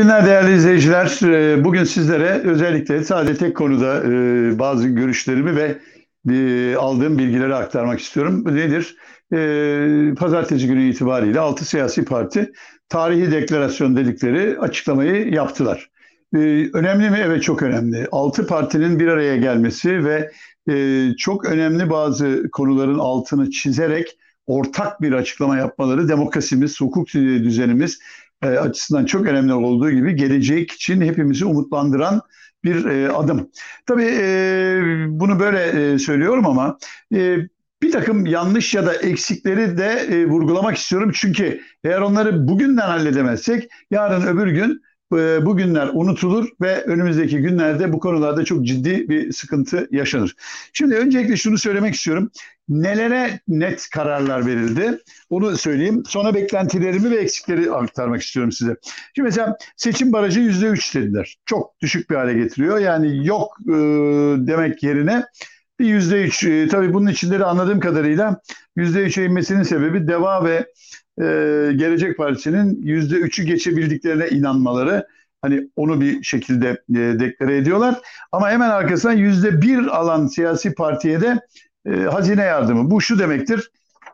İyi günler değerli izleyiciler. Bugün sizlere özellikle sadece tek konuda bazı görüşlerimi ve aldığım bilgileri aktarmak istiyorum. Bu nedir? Pazartesi günü itibariyle 6 siyasi parti tarihi deklarasyon dedikleri açıklamayı yaptılar. Önemli mi? Evet, çok önemli. 6 partinin bir araya gelmesi ve çok önemli bazı konuların altını çizerek ortak bir açıklama yapmaları demokrasimiz, hukuk düzenimiz açısından çok önemli olduğu gibi gelecek için hepimizi umutlandıran bir adım. Tabii bunu böyle söylüyorum ama bir takım yanlış ya da eksikleri de vurgulamak istiyorum. Çünkü eğer onları bugünden halledemezsek yarın öbür gün bu günler unutulur ve önümüzdeki günlerde bu konularda çok ciddi bir sıkıntı yaşanır. Şimdi öncelikle şunu söylemek istiyorum. Nelere net kararlar verildi? Onu söyleyeyim. Sonra beklentilerimi ve eksikleri aktarmak istiyorum size. Şimdi mesela seçim barajı %3 dediler. Çok düşük bir hale getiriyor. Yani yok demek yerine bir %3. Tabii bunun içinde de anladığım kadarıyla %3'e inmesinin sebebi DEVA ve Gelecek Partisi'nin %3'ü geçebildiklerine inanmaları. Hani onu bir şekilde deklare ediyorlar. Ama hemen arkasından %1 alan siyasi partiye de hazine yardımı. Bu şu demektir: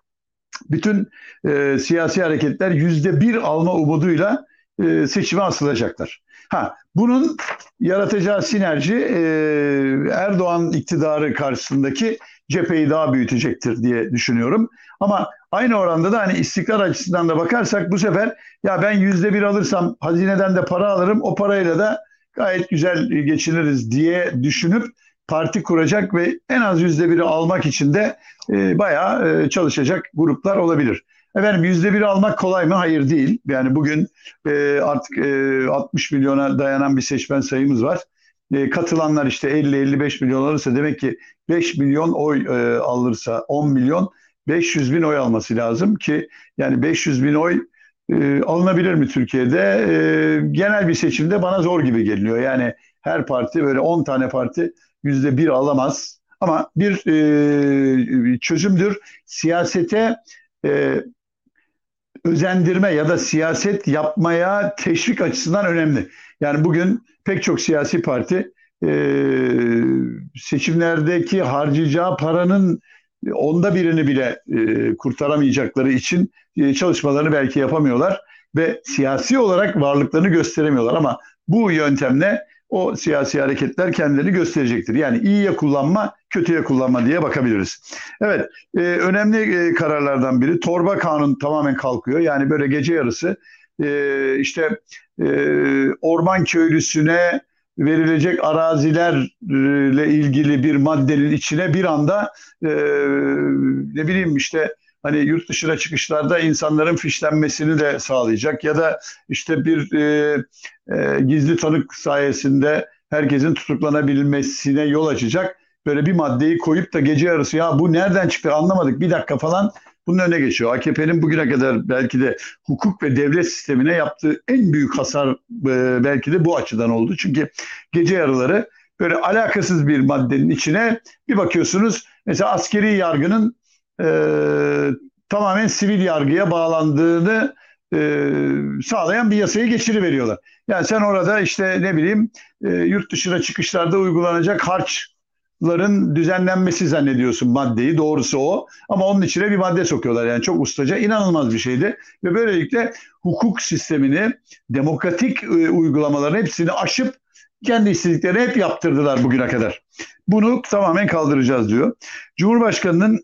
bütün siyasi hareketler %1 alma umuduyla seçime asılacaklar. Bunun yaratacağı sinerji Erdoğan iktidarı karşısındaki cepheyi daha büyütecektir diye düşünüyorum. Ama aynı oranda da hani istikrar açısından da bakarsak bu sefer ya ben %1 alırsam hazineden de para alırım, o parayla da gayet güzel geçiniriz diye düşünüp parti kuracak ve en az %1'i almak için de bayağı çalışacak gruplar olabilir. Efendim %1'i almak kolay mı? Hayır, değil. Yani bugün artık 60 milyona dayanan bir seçmen sayımız var. Katılanlar işte 50-55 milyon alırsa demek ki 5 milyon oy alırsa 10 milyon 500 bin oy alması lazım ki yani 500 bin oy alınabilir mi Türkiye'de? Genel bir seçimde bana zor gibi geliyor. Yani her parti böyle 10 tane parti %1 alamaz. Ama bir çözümdür. Siyasete e, özendirme ya da siyaset yapmaya teşvik açısından önemli. Yani bugün pek çok siyasi parti e, seçimlerdeki harcayacağı paranın onda birini bile kurtaramayacakları için çalışmalarını belki yapamıyorlar ve siyasi olarak varlıklarını gösteremiyorlar. Ama bu yöntemle o siyasi hareketler kendilerini gösterecektir. Yani iyiye kullanma, kötüye kullanma diye bakabiliriz. Evet, önemli kararlardan biri torba kanun tamamen kalkıyor. Yani böyle gece yarısı işte orman köylüsüne verilecek arazilerle ilgili bir maddenin içine bir anda ne bileyim işte hani yurt dışına çıkışlarda insanların fişlenmesini de sağlayacak ya da işte bir gizli tanık sayesinde herkesin tutuklanabilmesine yol açacak böyle bir maddeyi koyup da gece yarısı ya bu nereden çıktı anlamadık bir dakika falan bunun önüne geçiyor. AKP'nin bugüne kadar belki de hukuk ve devlet sistemine yaptığı en büyük hasar belki de bu açıdan oldu. Çünkü gece yarıları böyle alakasız bir maddenin içine bir bakıyorsunuz mesela askeri yargının e, tamamen sivil yargıya bağlandığını sağlayan bir yasayı geçiriveriyorlar. Yani sen orada işte ne bileyim yurt dışına çıkışlarda uygulanacak harçların düzenlenmesi zannediyorsun maddeyi. Doğrusu o. Ama onun içine bir madde sokuyorlar. Yani çok ustaca inanılmaz bir şeydi. Ve böylelikle hukuk sistemini, demokratik uygulamaların hepsini aşıp kendi istediklerini hep yaptırdılar bugüne kadar. Bunu tamamen kaldıracağız diyor. Cumhurbaşkanının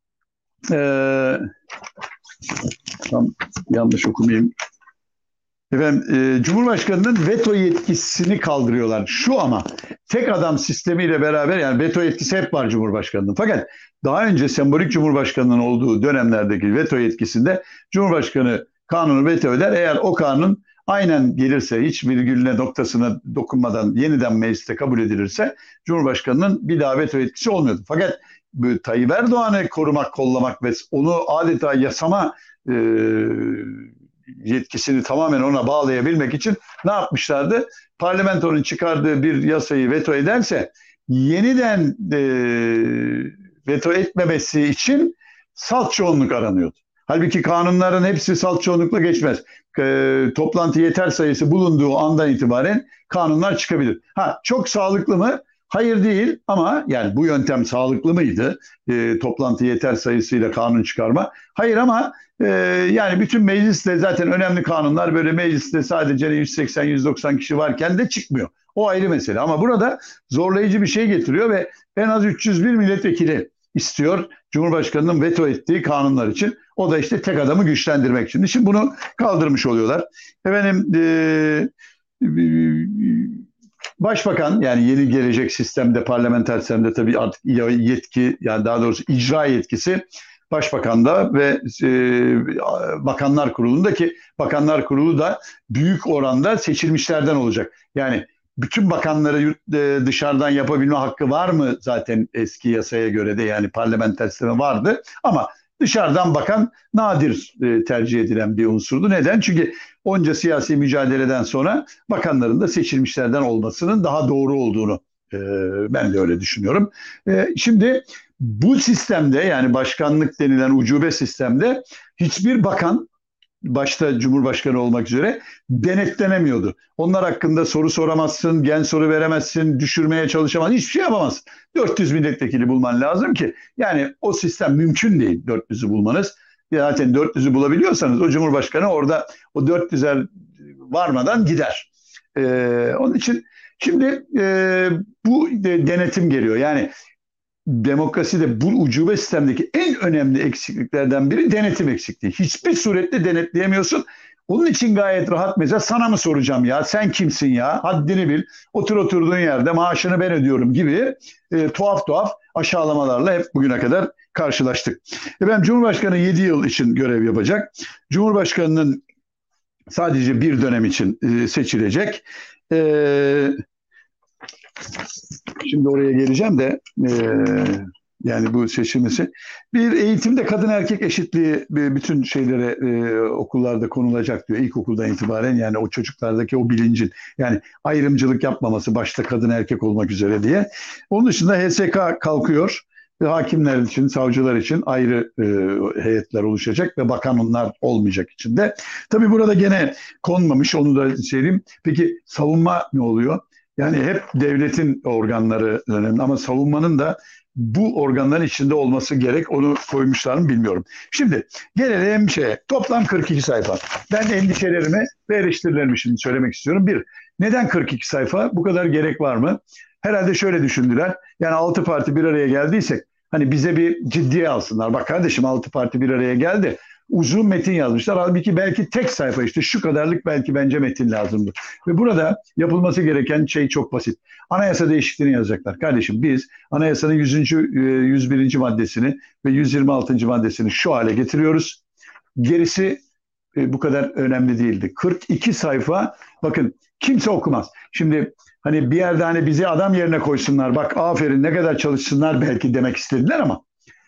tam yanlış okumayayım. Efendim, Cumhurbaşkanı'nın veto yetkisini kaldırıyorlar. Şu ama tek adam sistemiyle beraber yani veto yetkisi hep var Cumhurbaşkanı'nın. Fakat daha önce sembolik Cumhurbaşkanı'nın olduğu dönemlerdeki veto yetkisinde Cumhurbaşkanı kanunu veto eder. Eğer o kanun aynen gelirse hiç virgülüne noktasına dokunmadan yeniden mecliste kabul edilirse Cumhurbaşkanı'nın bir daha veto yetkisi olmuyordu. Fakat Tayyip Erdoğan'ı korumak, kollamak ve onu adeta yasama yetkisini tamamen ona bağlayabilmek için ne yapmışlardı? Parlamentonun çıkardığı bir yasayı veto ederse yeniden veto etmemesi için salt çoğunluk aranıyordu. Halbuki kanunların hepsi salt çoğunlukla geçmez. Toplantı yeter sayısı bulunduğu andan itibaren kanunlar çıkabilir. Ha, çok sağlıklı mı? Hayır değil, ama yani bu yöntem sağlıklı mıydı? Toplantı yeter sayısıyla kanun çıkarma. Hayır, ama yani bütün mecliste zaten önemli kanunlar böyle mecliste sadece 180-190 kişi varken de çıkmıyor. O ayrı mesele, ama burada zorlayıcı bir şey getiriyor ve en az 301 milletvekili istiyor Cumhurbaşkanı'nın veto ettiği kanunlar için. O da işte tek adamı güçlendirmek için. Şimdi bunu kaldırmış oluyorlar. Efendim, Başbakan, yani yeni gelecek sistemde, parlamenter sistemde tabii artık yetki, yani daha doğrusu icra yetkisi Başbakan'da ve Bakanlar Kurulu'nda, ki Bakanlar Kurulu da büyük oranda seçilmişlerden olacak. Yani bütün bakanları dışarıdan yapabilme hakkı var mı zaten eski yasaya göre de, yani parlamenter sisteme vardı, ama dışarıdan bakan nadir tercih edilen bir unsurdu. Neden? Çünkü onca siyasi mücadeleden sonra bakanların da seçilmişlerden olmasının daha doğru olduğunu ben de öyle düşünüyorum. Şimdi bu sistemde, yani başkanlık denilen ucube sistemde, hiçbir bakan, başta Cumhurbaşkanı olmak üzere, denetlenemiyordu. Onlar hakkında soru soramazsın, gen soru veremezsin, düşürmeye çalışamazsın, hiçbir şey yapamazsın. 400 milletvekili bulman lazım ki, yani o sistem mümkün değil 400'ü bulmanız. Zaten 400'ü bulabiliyorsanız o Cumhurbaşkanı orada o 400'er varmadan gider. Onun için şimdi bu denetim geliyor. Yani demokraside bu ucube sistemdeki en önemli eksikliklerden biri denetim eksikliği. Hiçbir surette denetleyemiyorsun. Onun için gayet rahat, mesela sana mı soracağım ya, sen kimsin ya, haddini bil, otur oturduğun yerde, maaşını ben ödüyorum gibi tuhaf tuhaf aşağılamalarla hep bugüne kadar karşılaştık. Efendim, Cumhurbaşkanı 7 yıl için görev yapacak. Cumhurbaşkanının sadece bir dönem için seçilecek. Şimdi oraya geleceğim de yani bu seçilmesi. Bir eğitimde kadın erkek eşitliği bütün şeylere okullarda konulacak diyor. İlkokuldan itibaren, yani o çocuklardaki o bilincin, yani ayrımcılık yapmaması, başta kadın erkek olmak üzere diye. Onun dışında HSK kalkıyor. Hakimler için, savcılar için ayrı heyetler oluşacak ve bakanlar olmayacak içinde. Tabii burada gene konmamış, onu da söyleyeyim. Peki savunma ne oluyor? Yani hep devletin organları önemli, ama savunmanın da bu organların içinde olması gerek. Onu koymuşlar mı bilmiyorum. Şimdi gelelim şeye. Toplam 42 sayfa. Ben endişelerimi ve eleştirilerimi şimdi söylemek istiyorum. Bir, neden 42 sayfa? Bu kadar gerek var mı? Herhalde şöyle düşündüler. Yani 6 parti bir araya geldiysek, hani bize bir ciddiye alsınlar. Bak kardeşim, 6 parti bir araya geldi. Uzun metin yazmışlar. Halbuki belki tek sayfa, işte şu kadarlık belki bence metin lazımdı. Ve burada yapılması gereken şey çok basit. Anayasa değişikliğini yazacaklar. Kardeşim, biz anayasanın 101. maddesini ve 126. maddesini şu hale getiriyoruz. Gerisi bu kadar önemli değildi. 42 sayfa, bakın, kimse okumaz. Şimdi hani bir yerde hani bizi adam yerine koysunlar, bak aferin ne kadar çalışsınlar belki demek istediler, ama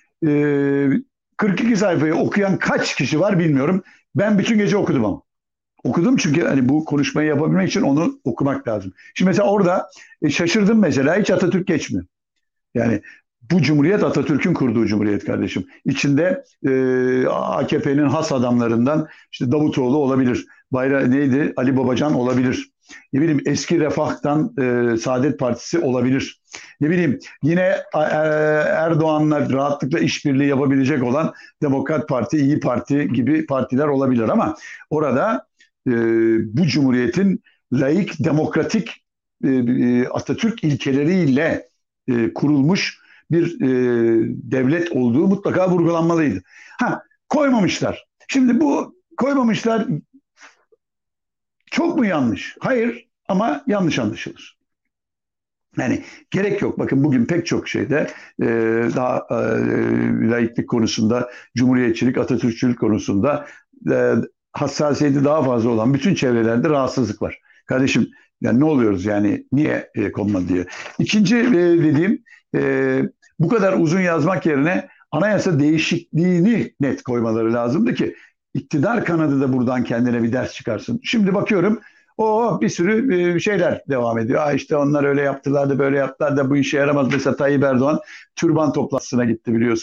42 sayfayı okuyan kaç kişi var bilmiyorum. Ben bütün gece okudum ama. Okudum, çünkü hani bu konuşmayı yapabilmek için onu okumak lazım. Şimdi mesela orada şaşırdım, mesela hiç Atatürk geçmiyor. Yani bu cumhuriyet Atatürk'ün kurduğu cumhuriyet kardeşim. İçinde AKP'nin has adamlarından işte Davutoğlu olabilir. Neydi? Ali Babacan olabilir. Ne bileyim, eski Refah'tan Saadet Partisi olabilir. Ne bileyim, yine Erdoğan'la rahatlıkla işbirliği yapabilecek olan Demokrat Parti, İyi Parti gibi partiler olabilir, ama orada bu cumhuriyetin laik, demokratik Atatürk ilkeleriyle kurulmuş bir devlet olduğu mutlaka vurgulanmalıydı. Ha, koymamışlar. Şimdi bu koymamışlar çok mu yanlış? Hayır, ama yanlış anlaşılır. Yani gerek yok. Bakın bugün pek çok şeyde daha laiklik konusunda, cumhuriyetçilik, Atatürkçülük konusunda hassasiyeti daha fazla olan bütün çevrelerde rahatsızlık var. Kardeşim, yani ne oluyoruz, yani niye konmadı diye. İkinci dediğim, bu kadar uzun yazmak yerine anayasa değişikliğini net koymaları lazımdı ki iktidar kanadı da buradan kendine bir ders çıkarsın. Şimdi bakıyorum, o bir sürü şeyler devam ediyor. İşte onlar öyle yaptılar da böyle yaptılar da bu işe yaramaz. Mesela Tayyip Erdoğan türban toplantısına gitti, biliyorsunuz.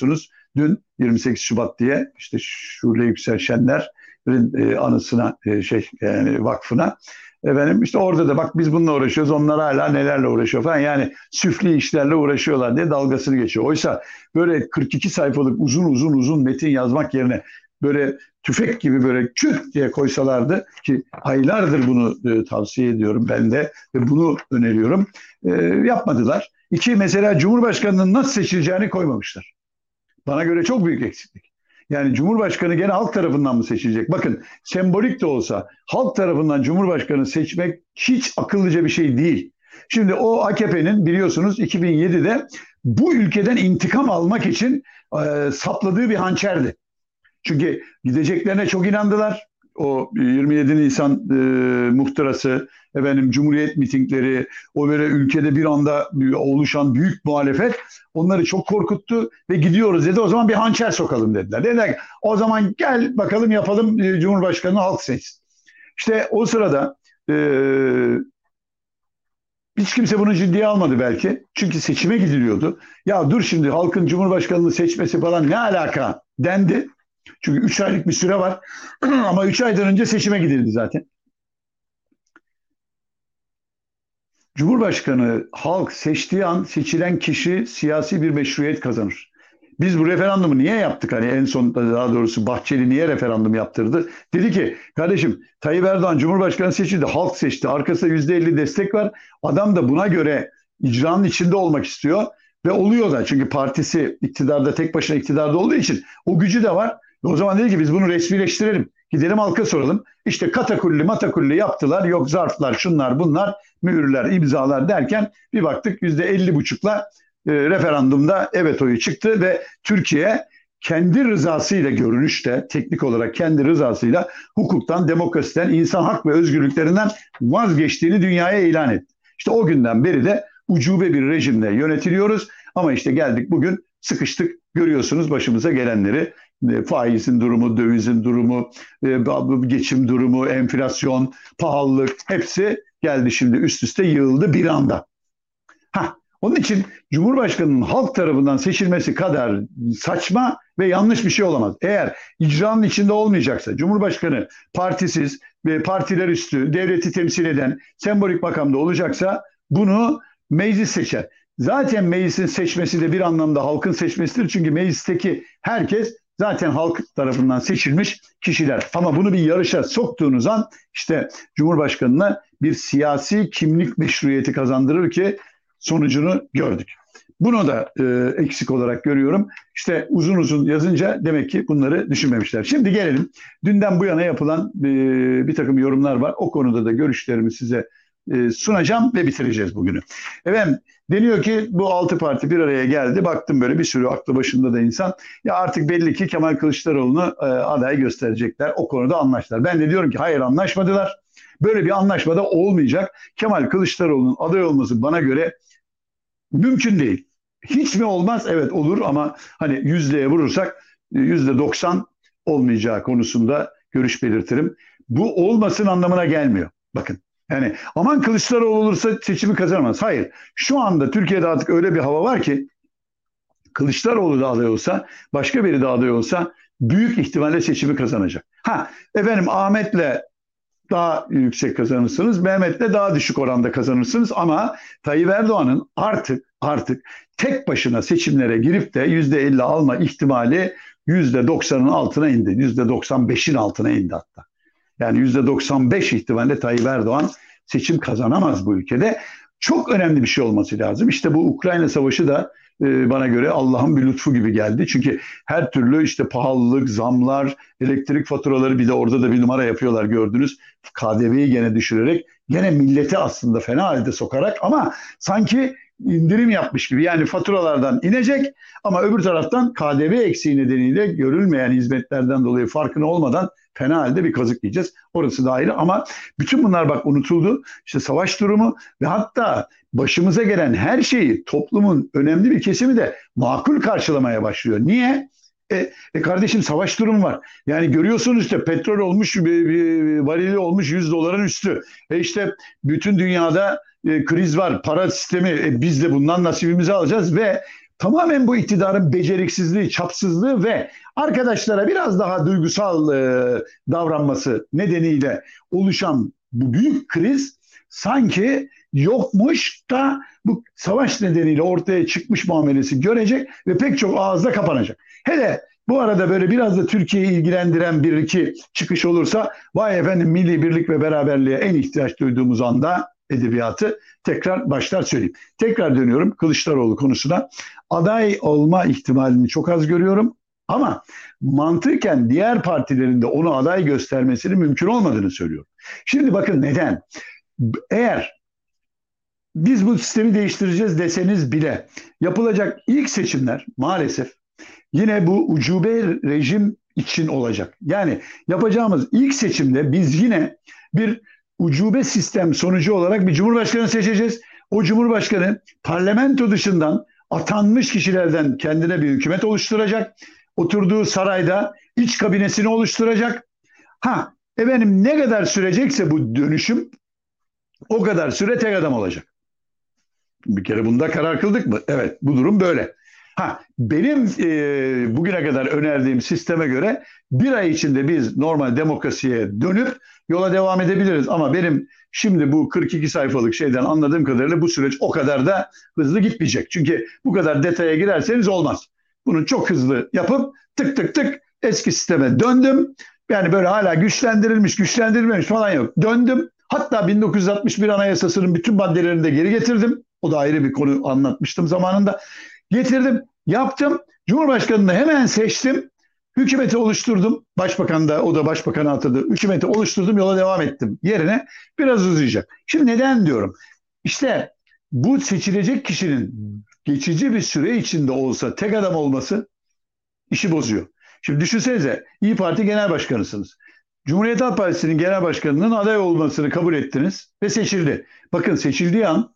Dün 28 Şubat diye işte Şule Yüksel Şenler'in anısına yani vakfına efendim işte orada da bak biz bununla uğraşıyoruz, onlar hala nelerle uğraşıyor falan, yani süfli işlerle uğraşıyorlar diye dalgasını geçiyor. Oysa böyle 42 sayfalık uzun uzun uzun metin yazmak yerine böyle tüfek gibi böyle küt diye koysalardı, ki aylardır bunu tavsiye ediyorum ben de ve bunu öneriyorum. Yapmadılar. İki, mesela Cumhurbaşkanı'nın nasıl seçileceğini koymamışlar. Bana göre çok büyük eksiklik. Yani Cumhurbaşkanı gene halk tarafından mı seçilecek? Bakın, sembolik de olsa halk tarafından Cumhurbaşkanı seçmek hiç akıllıca bir şey değil. Şimdi o AKP'nin biliyorsunuz 2007'de bu ülkeden intikam almak için sapladığı bir hançerdi. Çünkü gideceklerine çok inandılar. O 27 Nisan muhtırası, efendim Cumhuriyet mitingleri, o böyle ülkede bir anda oluşan büyük muhalefet onları çok korkuttu ve gidiyoruz dedi. O zaman bir hançer sokalım dediler. Dediler ki, o zaman gel bakalım yapalım, Cumhurbaşkanı halk seçsin. İşte o sırada hiç kimse bunu ciddiye almadı belki. Çünkü seçime gidiliyordu. Ya dur şimdi, halkın Cumhurbaşkanını seçmesi falan ne alaka dendi. Çünkü 3 aylık bir süre var. Ama 3 aydan önce seçime gidildi zaten. Cumhurbaşkanı halk seçtiği an seçilen kişi siyasi bir meşruiyet kazanır. Biz bu referandumu niye yaptık? Hani en son, daha doğrusu Bahçeli niye referandum yaptırdı? Dedi ki kardeşim, Tayyip Erdoğan Cumhurbaşkanı seçildi, halk seçti. Arkasında %50 destek var. Adam da buna göre icranın içinde olmak istiyor ve oluyor da. Çünkü partisi iktidarda, tek başına iktidarda olduğu için o gücü de var. O zaman dedi ki biz bunu resmileştirelim. Gidelim halka soralım. İşte katakulli matakulli yaptılar. Yok zarflar, şunlar bunlar, mühürler, imzalar derken bir baktık %50,5'la referandumda evet oyu çıktı ve Türkiye kendi rızasıyla, görünüşte teknik olarak kendi rızasıyla hukuktan, demokrasiden, insan hak ve özgürlüklerinden vazgeçtiğini dünyaya ilan etti. İşte o günden beri de ucube bir rejimle yönetiliyoruz ama işte geldik bugün, sıkıştık, görüyorsunuz başımıza gelenleri. Faizin durumu, dövizin durumu, geçim durumu, enflasyon, pahalılık, hepsi geldi şimdi üst üste yığıldı bir anda. Onun için Cumhurbaşkanı'nın halk tarafından seçilmesi kadar saçma ve yanlış bir şey olamaz. Eğer icranın içinde olmayacaksa, Cumhurbaşkanı partisiz ve partiler üstü devleti temsil eden sembolik makamda olacaksa bunu meclis seçer. Zaten meclisin seçmesi de bir anlamda halkın seçmesidir. Çünkü meclisteki herkes zaten halk tarafından seçilmiş kişiler. Ama bunu bir yarışa soktuğunuz an işte Cumhurbaşkanı'na bir siyasi kimlik meşruiyeti kazandırır ki sonucunu gördük. Bunu da eksik olarak görüyorum. İşte uzun uzun yazınca demek ki bunları düşünmemişler. Şimdi gelelim. Dünden bu yana yapılan bir takım yorumlar var. O konuda da görüşlerimi size sunacağım ve bitireceğiz bugünü. Efendim, deniyor ki bu 6 parti bir araya geldi. Baktım böyle bir sürü aklı başında da insan. Ya artık belli ki Kemal Kılıçdaroğlu'nu aday gösterecekler. O konuda anlaştılar. Ben de diyorum ki hayır, anlaşmadılar. Böyle bir anlaşma da olmayacak. Kemal Kılıçdaroğlu'nun aday olması bana göre mümkün değil. Hiç mi olmaz? Evet olur ama hani yüzdeye vurursak %90 olmayacağı konusunda görüş belirtirim. Bu olmasın anlamına gelmiyor. Bakın, yani aman Kılıçdaroğlu olursa seçimi kazanamaz. Hayır. Şu anda Türkiye'de artık öyle bir hava var ki Kılıçdaroğlu da aday olsa, başka biri de aday olsa büyük ihtimalle seçimi kazanacak. Efendim, Ahmet'le daha yüksek kazanırsınız, Mehmet'le daha düşük oranda kazanırsınız ama Tayyip Erdoğan'ın artık tek başına seçimlere girip de %50 alma ihtimali %90'ın altına indi. %95'in altına indi hatta. Yani %95 ihtimalle Tayyip Erdoğan seçim kazanamaz bu ülkede. Çok önemli bir şey olması lazım. İşte bu Ukrayna Savaşı da bana göre Allah'ın bir lütfu gibi geldi. Çünkü her türlü işte pahalılık, zamlar, elektrik faturaları, bir de orada da bir numara yapıyorlar gördünüz. KDV'yi gene düşürerek, gene milleti aslında fena halde sokarak ama sanki indirim yapmış gibi. Yani faturalardan inecek ama öbür taraftan KDV eksiği nedeniyle görülmeyen hizmetlerden dolayı farkına olmadan fena halde bir kazık yiyeceğiz. Orası da ayrı ama bütün bunlar bak unutuldu. İşte savaş durumu ve hatta başımıza gelen her şeyi toplumun önemli bir kesimi de makul karşılamaya başlıyor. Niye? Kardeşim, savaş durumu var. Yani görüyorsunuz işte petrol olmuş, varili olmuş $100'ın üstü. İşte bütün dünyada kriz var, para sistemi. Biz de bundan nasibimizi alacağız ve tamamen bu iktidarın beceriksizliği, çapsızlığı ve arkadaşlara biraz daha duygusal davranması nedeniyle oluşan bu büyük kriz sanki yokmuş da bu savaş nedeniyle ortaya çıkmış muamelesi görecek ve pek çok ağızda kapanacak. Hele bu arada böyle biraz da Türkiye'yi ilgilendiren bir iki çıkış olursa, vay efendim, milli birlik ve beraberliğe en ihtiyaç duyduğumuz anda edebiyatı tekrar başlar söyleyeyim. Tekrar dönüyorum Kılıçdaroğlu konusuna. Aday olma ihtimalini çok az görüyorum ama mantıken diğer partilerin de onu aday göstermesinin mümkün olmadığını söylüyorum. Şimdi bakın neden? Eğer biz bu sistemi değiştireceğiz deseniz bile yapılacak ilk seçimler maalesef yine bu ucube rejim için olacak. Yani yapacağımız ilk seçimde biz yine bir ucube sistem sonucu olarak bir cumhurbaşkanı seçeceğiz. O cumhurbaşkanı parlamento dışından atanmış kişilerden kendine bir hükümet oluşturacak. Oturduğu sarayda iç kabinesini oluşturacak. Ha, efendim, ne kadar sürecekse bu dönüşüm o kadar süre tek adam olacak. Bir kere bunda karar kıldık mı? Evet, bu durum böyle. Ha, benim bugüne kadar önerdiğim sisteme göre bir ay içinde biz normal demokrasiye dönüp yola devam edebiliriz. Ama benim şimdi bu 42 sayfalık şeyden anladığım kadarıyla bu süreç o kadar da hızlı gitmeyecek. Çünkü bu kadar detaya girerseniz olmaz. Bunu çok hızlı yapıp tık tık tık eski sisteme döndüm. Yani böyle hala güçlendirilmiş, güçlendirilmemiş falan yok. Döndüm. Hatta 1961 Anayasası'nın bütün maddelerini de geri getirdim. O da ayrı bir konu, anlatmıştım zamanında. Getirdim, yaptım. Cumhurbaşkanını hemen seçtim. Hükümeti oluşturdum. Başbakan da, o da başbakanı atadı. Hükümeti oluşturdum, yola devam ettim. Yerine biraz uzayacak. Şimdi neden diyorum? İşte bu seçilecek kişinin geçici bir süre içinde olsa tek adam olması işi bozuyor. Şimdi düşünsenize, İyi Parti Genel Başkanısınız. Cumhuriyet Halk Partisi'nin genel başkanının aday olmasını kabul ettiniz ve seçildi. Bakın, seçildiği an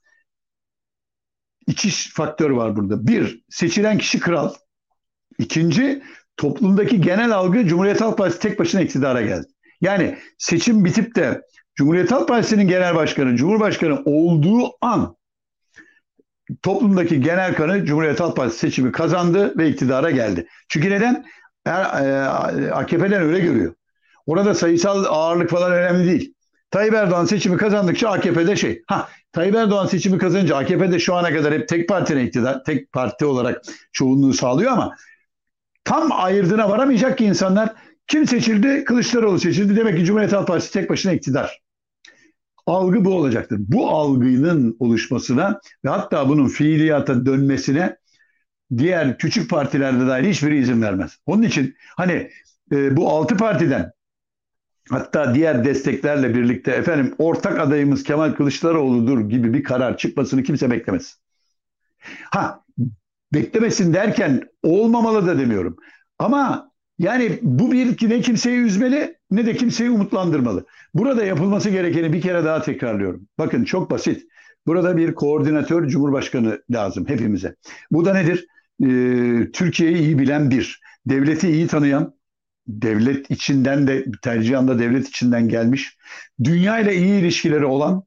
iki faktör var burada. Bir, seçilen kişi kral. İkinci, toplumdaki genel algı Cumhuriyet Halk Partisi tek başına iktidara geldi. Yani seçim bitip de Cumhuriyet Halk Partisi'nin genel başkanı, Cumhurbaşkanı olduğu an toplumdaki genel kanı Cumhuriyet Halk Partisi seçimi kazandı ve iktidara geldi. Çünkü neden? AKP'den öyle görüyor. Orada sayısal ağırlık falan önemli değil. Tayyip Erdoğan seçimi kazandıkça AKP'de Tayyip Erdoğan seçimi kazanınca AKP'de şu ana kadar hep tek partine iktidar, tek parti olarak çoğunluğu sağlıyor ama tam ayırdığına varamayacak ki insanlar. Kim seçildi? Kılıçdaroğlu seçildi. Demek ki Cumhuriyet Halk Partisi tek başına iktidar. Algı bu olacaktır. Bu algının oluşmasına ve hatta bunun fiiliyata dönmesine diğer küçük partilerde dahil hiçbiri izin vermez. Onun için hani bu 6 partiden, hatta diğer desteklerle birlikte efendim ortak adayımız Kemal Kılıçdaroğlu'dur gibi bir karar çıkmasını kimse beklemez. Ha, beklemesin derken olmamalı da demiyorum. Ama yani bu bir ne kimseyi üzmeli ne de kimseyi umutlandırmalı. Burada yapılması gerekeni bir kere daha tekrarlıyorum. Bakın, çok basit. Burada bir koordinatör cumhurbaşkanı lazım hepimize. Bu da nedir? Türkiye'yi iyi bilen bir, devleti iyi tanıyan, devlet içinden de tercihanda devlet içinden gelmiş, dünya ile iyi ilişkileri olan,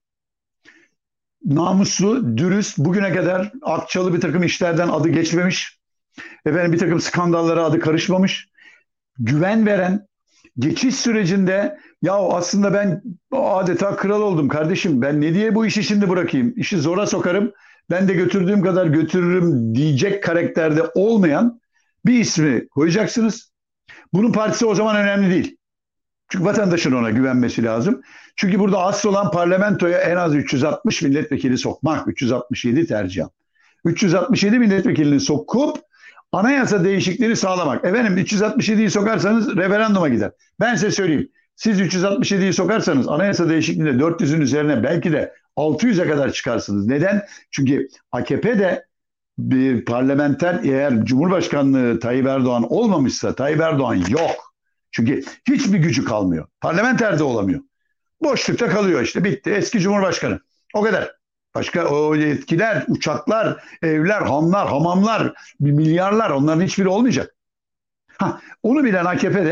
namuslu, dürüst, bugüne kadar akçalı bir takım işlerden adı geçmemiş, efendim bir takım skandallara adı karışmamış, güven veren, geçiş sürecinde ya aslında ben adeta kral oldum kardeşim, ben ne diye bu işi şimdi bırakayım, işi zora sokarım, ben de götürdüğüm kadar götürürüm diyecek karakterde olmayan bir ismi koyacaksınız. Bunun partisi o zaman önemli değil. Çünkü vatandaşın ona güvenmesi lazım. Çünkü burada asıl olan parlamentoya en az 360 milletvekili sokmak. 367 tercihen. 367 milletvekilini sokup anayasa değişikliğini sağlamak. Efendim, 367'yi sokarsanız referanduma gider. Ben size söyleyeyim. Siz 367'yi sokarsanız anayasa değişikliğinde 400'ün üzerine belki de 600'e kadar çıkarsınız. Neden? Çünkü AKP'de bir parlamenter, eğer Cumhurbaşkanlığı Tayyip Erdoğan olmamışsa Tayyip Erdoğan yok. Çünkü hiçbir gücü kalmıyor. Parlamenter de olamıyor. Boşlukta kalıyor işte, bitti. Eski Cumhurbaşkanı. O kadar. Başka o yetkiler, uçaklar, evler, hanlar, hamamlar, milyarlar, onların hiçbiri olmayacak. Onu bilen AKP'de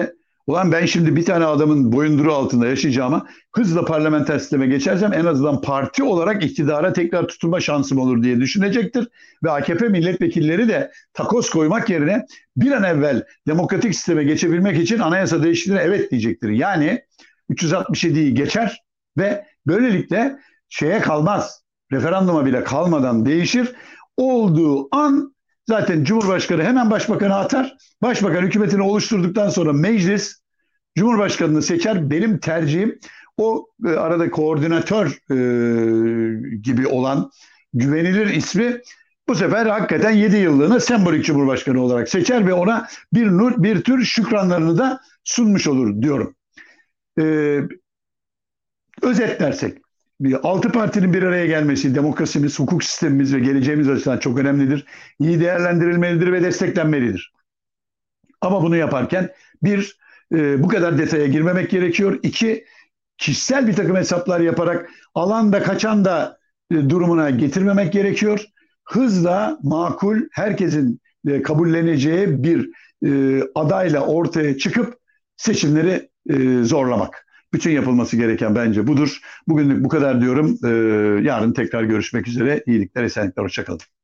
Ulan ben şimdi bir tane adamın boyunduruğu altında yaşayacağıma hızla parlamenter sisteme geçersem en azından parti olarak iktidara tekrar tutunma şansım olur diye düşünecektir. Ve AKP milletvekilleri de takoz koymak yerine bir an evvel demokratik sisteme geçebilmek için anayasa değişikliğine evet diyecektir. Yani 367'yi geçer ve böylelikle şeye kalmaz, referanduma bile kalmadan değişir. Olduğu an zaten Cumhurbaşkanı hemen başbakanı atar. Başbakan hükümetini oluşturduktan sonra meclis Cumhurbaşkanını seçer. Benim tercihim o arada koordinatör gibi olan güvenilir ismi bu sefer hakikaten 7 yıllığına sembolik Cumhurbaşkanı olarak seçer ve ona bir tür şükranlarını da sunmuş olur diyorum. E, Özetlersek, altı partinin bir araya gelmesi demokrasimiz, hukuk sistemimiz ve geleceğimiz açısından çok önemlidir. İyi değerlendirilmelidir ve desteklenmelidir. Ama bunu yaparken bir, bu kadar detaya girmemek gerekiyor. İki, kişisel bir takım hesaplar yaparak alanda kaçan da durumuna getirmemek gerekiyor. Hızla makul, herkesin kabulleneceği bir adayla ortaya çıkıp seçimleri zorlamak. Bütün yapılması gereken bence budur. Bugünlük bu kadar diyorum. Yarın tekrar görüşmek üzere. İyilikler, esenlikler, hoşçakalın.